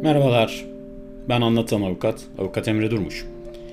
Merhabalar, ben anlatan avukat Emre Durmuş.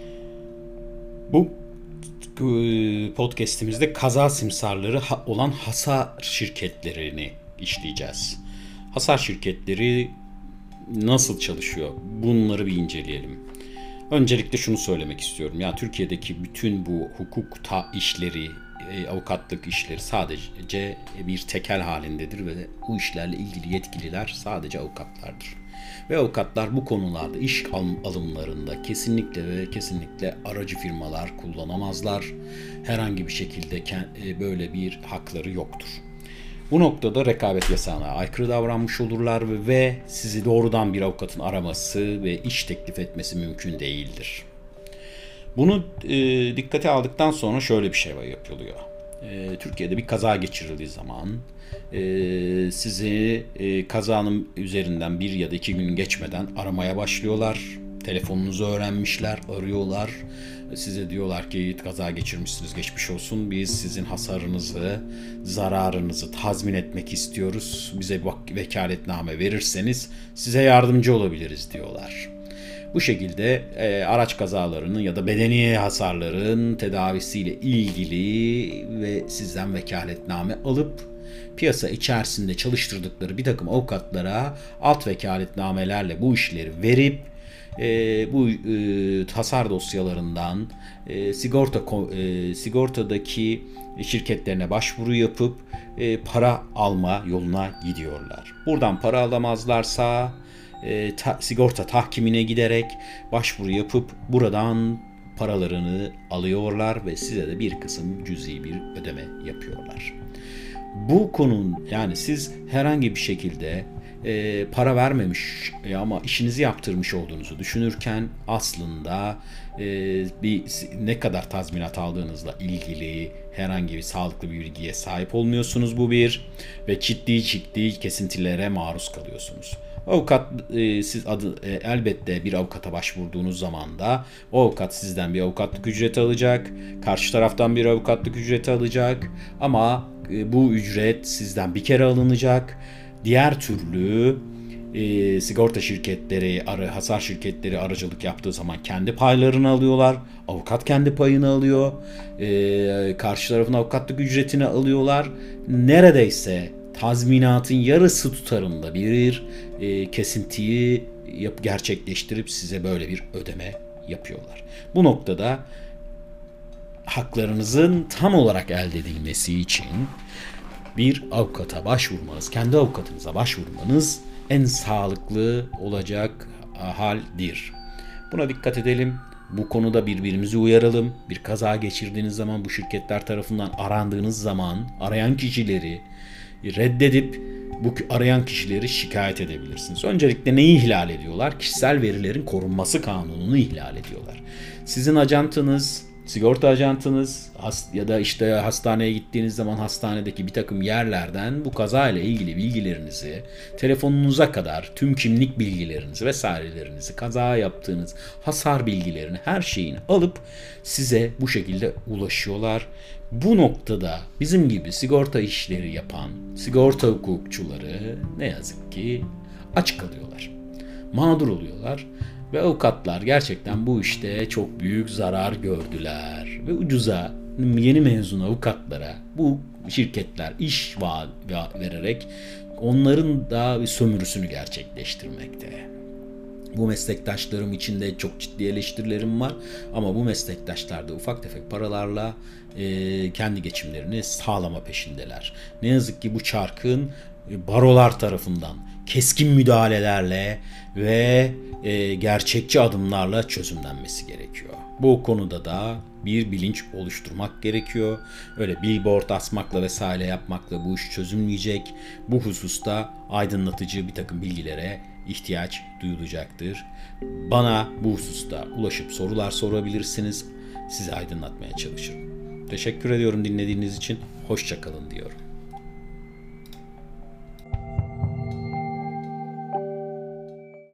Bu podcastimizde kaza simsarları olan hasar şirketlerini işleyeceğiz. Hasar şirketleri nasıl çalışıyor? Bunları bir inceleyelim. Öncelikle şunu söylemek istiyorum. Ya Türkiye'deki bütün bu hukuk işleri, avukatlık işleri sadece bir tekel halindedir ve bu işlerle ilgili yetkililer sadece avukatlardır. Ve avukatlar bu konularda iş alımlarında kesinlikle ve kesinlikle aracı firmalar kullanamazlar. Herhangi bir şekilde böyle bir hakları yoktur. Bu noktada rekabet yasağına aykırı davranmış olurlar ve sizi doğrudan bir avukatın araması ve iş teklif etmesi mümkün değildir. Bunu dikkate aldıktan sonra şöyle bir şey yapılıyor. Türkiye'de bir kaza geçirildiği zaman sizi kazanın üzerinden 1 ya da 2 gün geçmeden aramaya başlıyorlar. Telefonunuzu öğrenmişler, arıyorlar. Size diyorlar ki kaza geçirmişsiniz, geçmiş olsun. Biz sizin hasarınızı, zararınızı tazmin etmek istiyoruz. Bize vekaletname verirseniz size yardımcı olabiliriz diyorlar. Bu şekilde araç kazalarının ya da bedeni hasarların tedavisiyle ilgili ve sizden vekaletname alıp piyasa içerisinde çalıştırdıkları bir takım avukatlara alt vekaletnamelerle bu işleri verip bu hasar dosyalarından sigortadaki şirketlerine başvuru yapıp para alma yoluna gidiyorlar. Buradan para alamazlarsa sigorta tahkimine giderek başvuru yapıp buradan paralarını alıyorlar ve size de bir kısım cüzi bir ödeme yapıyorlar. Bu konunun yani siz herhangi bir şekilde para vermemiş ama işinizi yaptırmış olduğunuzu düşünürken aslında ne kadar tazminat aldığınızla ilgili herhangi bir sağlıklı bir bilgiye sahip olmuyorsunuz bu bir ve ciddi kesintilere maruz kalıyorsunuz. Avukat siz elbette bir avukata başvurduğunuz zaman da o avukat sizden bir avukatlık ücreti alacak, karşı taraftan bir avukatlık ücreti alacak ama bu ücret sizden bir kere alınacak. Diğer türlü sigorta şirketleri, hasar şirketleri aracılık yaptığı zaman kendi paylarını alıyorlar. Avukat kendi payını alıyor. Karşı tarafın avukatlık ücretini alıyorlar. Neredeyse tazminatın yarısı tutarında bir kesintiyi gerçekleştirip size böyle bir ödeme yapıyorlar. Bu noktada haklarınızın tam olarak elde edilmesi için bir avukata başvurmanız, kendi avukatınıza başvurmanız en sağlıklı olacak haldir. Buna dikkat edelim. Bu konuda birbirimizi uyaralım. Bir kaza geçirdiğiniz zaman bu şirketler tarafından arandığınız zaman arayan kişileri reddedip bu arayan kişileri şikayet edebilirsiniz. Öncelikle neyi ihlal ediyorlar? Kişisel verilerin korunması kanununu ihlal ediyorlar. Sizin ajantınız, sigorta ajantınız ya da işte hastaneye gittiğiniz zaman hastanedeki bir takım yerlerden bu kaza ile ilgili bilgilerinizi, telefonunuza kadar tüm kimlik bilgilerinizi vesairelerinizi, kaza yaptığınız hasar bilgilerini, her şeyini alıp size bu şekilde ulaşıyorlar. Bu noktada bizim gibi sigorta işleri yapan sigorta hukukçuları ne yazık ki aç kalıyorlar. Mağdur oluyorlar. Ve avukatlar gerçekten bu işte çok büyük zarar gördüler. Ve ucuza yeni mezun avukatlara bu şirketler iş vererek onların da bir sömürüsünü gerçekleştirmekte. Bu meslektaşlarım için de çok ciddi eleştirilerim var. Ama bu meslektaşlar da ufak tefek paralarla kendi geçimlerini sağlama peşindeler. Ne yazık ki bu çarkın barolar tarafından keskin müdahalelerle ve gerçekçi adımlarla çözümlenmesi gerekiyor. Bu konuda da bir bilinç oluşturmak gerekiyor. Öyle billboard asmakla vesaire yapmakla bu iş çözülmeyecek. Bu hususta aydınlatıcı bir takım bilgilere ihtiyaç duyulacaktır. Bana bu hususta ulaşıp sorular sorabilirsiniz. Sizi aydınlatmaya çalışırım. Teşekkür ediyorum dinlediğiniz için. Hoşça kalın diyorum.